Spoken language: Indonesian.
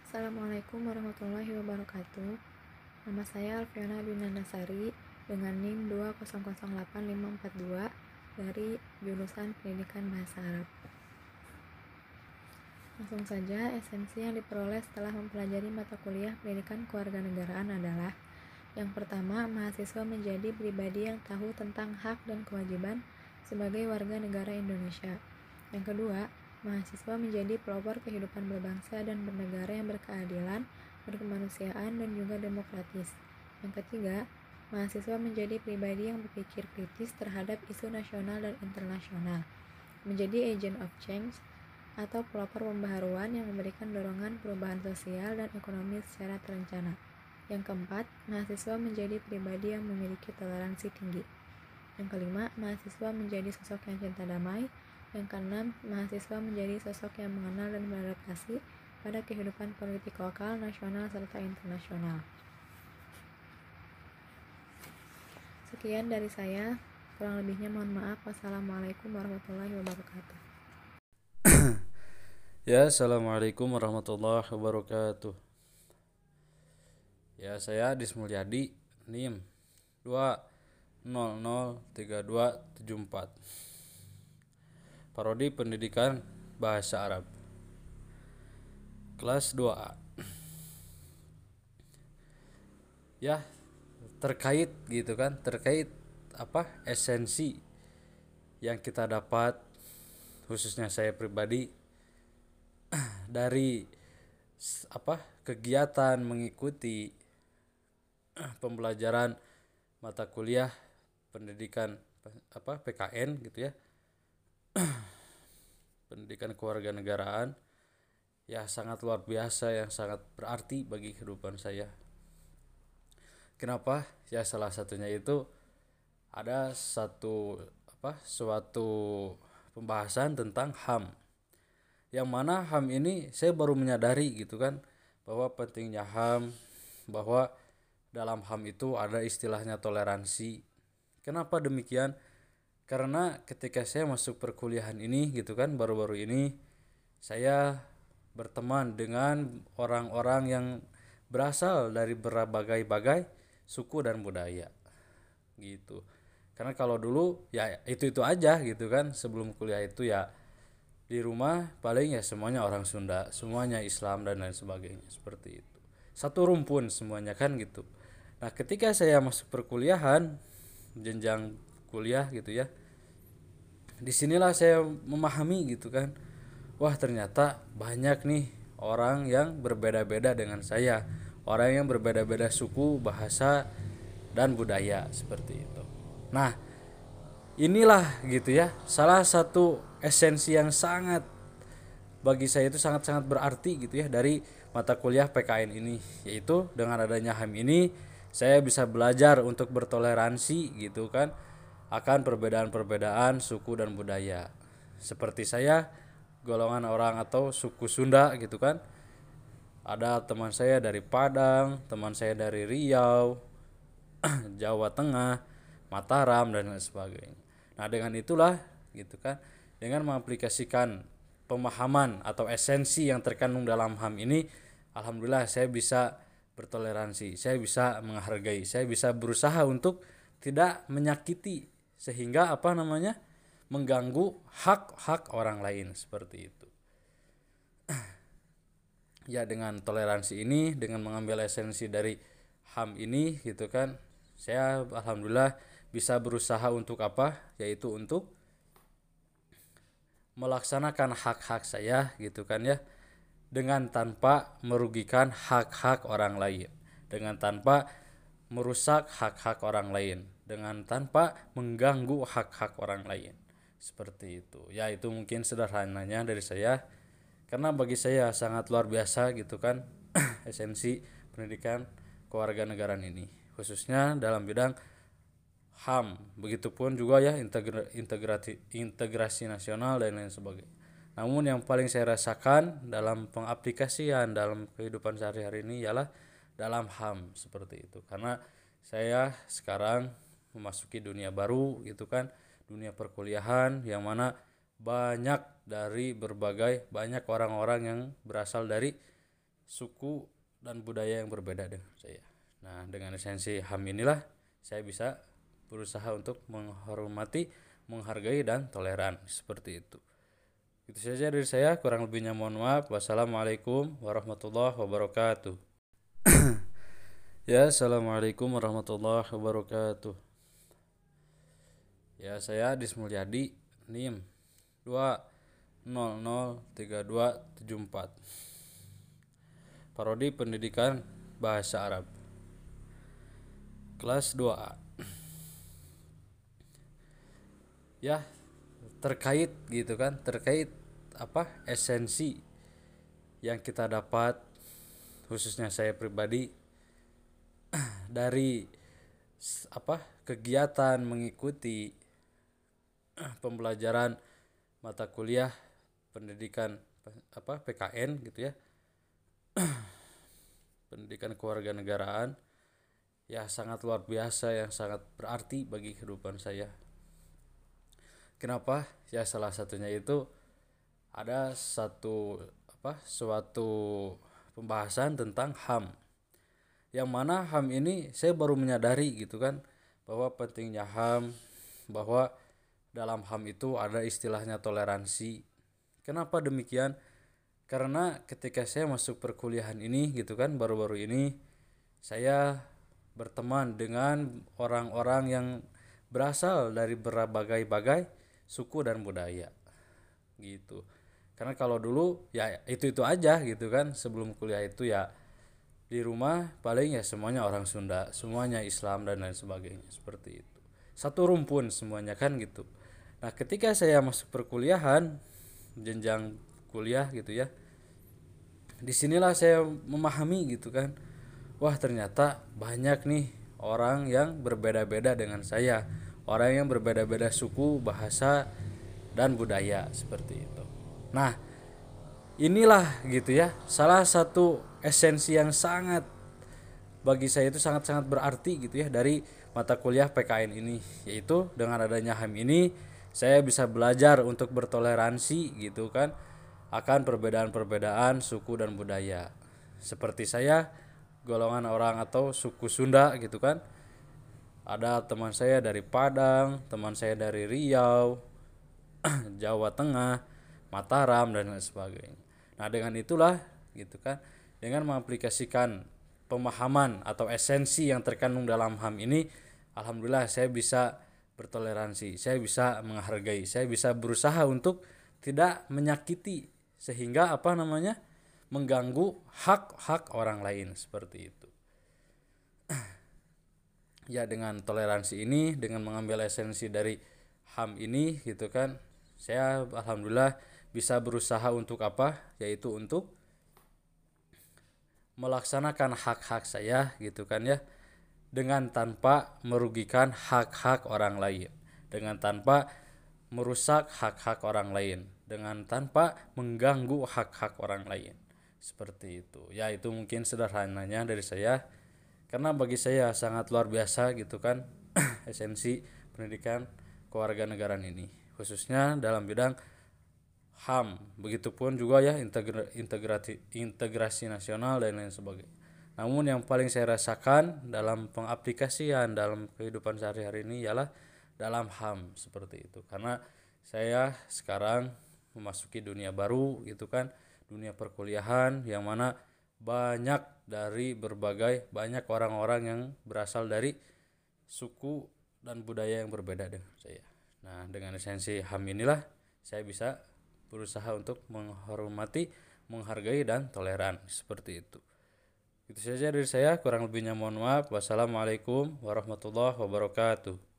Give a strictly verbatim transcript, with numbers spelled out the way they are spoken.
Assalamualaikum warahmatullahi wabarakatuh. Nama saya Alfiana Binanasari dengan NIM dua nol nol nol delapan lima empat dua dari jurusan Pendidikan Bahasa Arab. Langsung saja, esensi yang diperoleh setelah mempelajari mata kuliah Pendidikan Kewarganegaraan adalah: yang pertama, mahasiswa menjadi pribadi yang tahu tentang hak dan kewajiban sebagai warga negara Indonesia. Yang kedua, mahasiswa menjadi pelopor kehidupan berbangsa dan bernegara yang berkeadilan, berkemanusiaan, dan juga demokratis. Yang ketiga, mahasiswa menjadi pribadi yang berpikir kritis terhadap isu nasional dan internasional, menjadi agent of change atau pelopor pembaharuan yang memberikan dorongan perubahan sosial dan ekonomi secara terencana. Yang keempat, mahasiswa menjadi pribadi yang memiliki toleransi tinggi. Yang kelima, mahasiswa menjadi sosok yang cinta damai. Yang keenam, mahasiswa menjadi sosok yang mengenal dan beradaptasi pada kehidupan politik lokal, nasional, serta internasional. Sekian dari saya, kurang lebihnya mohon maaf. Wassalamualaikum warahmatullahi wabarakatuh. Ya, Assalamualaikum warahmatullahi wabarakatuh. Ya, saya Adis Mulyadi, NIM dua nol nol tiga dua tujuh empat. Prodi Pendidikan Bahasa Arab. Kelas dua A. Ya, terkait gitu kan, terkait apa? Esensi yang kita dapat, khususnya saya pribadi, dari apa? Kegiatan mengikuti pembelajaran mata kuliah pendidikan apa P K N gitu ya, pendidikan kewarganegaraan, ya sangat luar biasa, yang sangat berarti bagi kehidupan saya. Kenapa? Ya salah satunya itu ada satu apa suatu pembahasan tentang H A M, yang mana H A M ini saya baru menyadari gitu kan, bahwa pentingnya H A M, bahwa dalam H A M itu ada istilahnya toleransi. Kenapa demikian? Karena ketika saya masuk perkuliahan ini gitu kan, baru-baru ini saya berteman dengan orang-orang yang berasal dari berbagai-bagai suku dan budaya gitu. Karena kalau dulu ya itu-itu aja gitu kan, sebelum kuliah itu ya di rumah paling ya semuanya orang Sunda, semuanya Islam dan lain sebagainya, seperti itu. Satu rumpun semuanya kan gitu. Nah, ketika saya masuk perkuliahan, jenjang kuliah gitu ya, disinilah saya memahami gitu kan, wah ternyata banyak nih orang yang berbeda-beda dengan saya, orang yang berbeda-beda suku, bahasa, dan budaya, seperti itu. Nah, inilah gitu ya salah satu esensi yang sangat bagi saya itu sangat-sangat berarti gitu ya dari mata kuliah P K N ini, yaitu dengan adanya H A M ini saya bisa belajar untuk bertoleransi gitu kan akan perbedaan-perbedaan suku dan budaya. Seperti saya golongan orang atau suku Sunda gitu kan, ada teman saya dari Padang, teman saya dari Riau, Jawa Tengah, Mataram, dan lain sebagainya. Nah, dengan itulah gitu kan, dengan mengaplikasikan pemahaman atau esensi yang terkandung dalam H A M ini, alhamdulillah saya bisa bertoleransi, saya bisa menghargai, saya bisa berusaha untuk tidak menyakiti sehingga apa namanya mengganggu hak-hak orang lain, seperti itu. Ya, dengan toleransi ini, dengan mengambil esensi dari H A M ini gitu kan, saya alhamdulillah bisa berusaha untuk apa, yaitu untuk melaksanakan hak-hak saya gitu kan ya, dengan tanpa merugikan hak-hak orang lain, dengan tanpa merusak hak-hak orang lain, dengan tanpa mengganggu hak-hak orang lain, seperti itu. Ya, itu mungkin sederhananya dari saya, karena bagi saya sangat luar biasa gitu kan esensi pendidikan kewarganegaraan ini, khususnya dalam bidang H A M, begitupun juga ya integra- integrasi integrasi nasional dan lain sebagainya. Namun yang paling saya rasakan dalam pengaplikasian dalam kehidupan sehari-hari ini ialah dalam H A M, seperti itu. Karena saya sekarang memasuki dunia baru gitu kan, dunia perkuliahan, yang mana banyak dari berbagai banyak orang-orang yang berasal dari suku dan budaya yang berbeda dengan saya. Nah, dengan esensi H A M inilah saya bisa berusaha untuk menghormati, menghargai dan toleran seperti itu. Itu saja dari saya, kurang lebihnya mohon maaf. Wassalamualaikum warahmatullahi wabarakatuh. Ya, assalamualaikum warahmatullahi wabarakatuh. Ya, saya Adis Mulyadi, N I M dua nol nol tiga dua tujuh empat. Prodi Pendidikan Bahasa Arab. Kelas dua A. Ya, terkait gitu kan, terkait apa? Esensi yang kita dapat, khususnya saya pribadi, dari apa? Kegiatan mengikuti pembelajaran mata kuliah pendidikan apa P K N gitu ya. Pendidikan kewarganegaraan ya sangat luar biasa, yang sangat berarti bagi kehidupan saya. Kenapa? Ya salah satunya itu ada satu apa suatu pembahasan tentang H A M. Yang mana H A M ini saya baru menyadari gitu kan, bahwa pentingnya H A M, bahwa dalam H A M itu ada istilahnya toleransi. Kenapa demikian? Karena ketika saya masuk perkuliahan ini gitu kan, baru-baru ini saya berteman dengan orang-orang yang berasal dari berbagai-bagai suku dan budaya gitu. Karena kalau dulu ya itu-itu aja gitu kan, sebelum kuliah itu ya di rumah paling ya semuanya orang Sunda, semuanya Islam dan lain sebagainya, seperti itu. Satu rumpun semuanya kan gitu. Nah, ketika saya masuk perkuliahan, jenjang kuliah gitu ya, disinilah saya memahami gitu kan, wah ternyata banyak nih orang yang berbeda-beda dengan saya, orang yang berbeda-beda suku, bahasa dan budaya, seperti itu. Nah, inilah gitu ya salah satu esensi yang sangat bagi saya itu sangat-sangat berarti gitu ya dari mata kuliah P K N ini, yaitu dengan adanya H A M ini saya bisa belajar untuk bertoleransi gitu kan akan perbedaan-perbedaan suku dan budaya. Seperti saya golongan orang atau suku Sunda gitu kan, ada teman saya dari Padang, teman saya dari Riau, Jawa Tengah, Mataram dan lain sebagainya. Nah, dengan itulah gitu kan, dengan mengaplikasikan pemahaman atau esensi yang terkandung dalam H A M ini, alhamdulillah saya bisa bertoleransi, saya bisa menghargai, saya bisa berusaha untuk tidak menyakiti sehingga apa namanya mengganggu hak-hak orang lain, seperti itu. Ya, dengan toleransi ini, dengan mengambil esensi dari H A M ini gitu kan, saya alhamdulillah bisa berusaha untuk apa? Yaitu untuk melaksanakan hak-hak saya gitu kan ya, dengan tanpa merugikan hak-hak orang lain, dengan tanpa merusak hak-hak orang lain, dengan tanpa mengganggu hak-hak orang lain, seperti itu. Ya, itu mungkin sederhananya dari saya, karena bagi saya sangat luar biasa gitu kan esensi pendidikan kewarganegaraan ini, khususnya dalam bidang H A M, begitupun juga ya integra- integrasi integrasi nasional dan lain sebagainya. Namun yang paling saya rasakan dalam pengaplikasian dalam kehidupan sehari-hari ini ialah dalam H A M, seperti itu. Karena saya sekarang memasuki dunia baru gitu kan, dunia perkuliahan yang mana banyak dari berbagai banyak orang-orang yang berasal dari suku dan budaya yang berbeda dengan saya. Nah, dengan esensi H A M inilah saya bisa berusaha untuk menghormati, menghargai dan toleran, seperti itu. Itu saja dari saya, kurang lebihnya mohon maaf. Wassalamualaikum warahmatullahi wabarakatuh.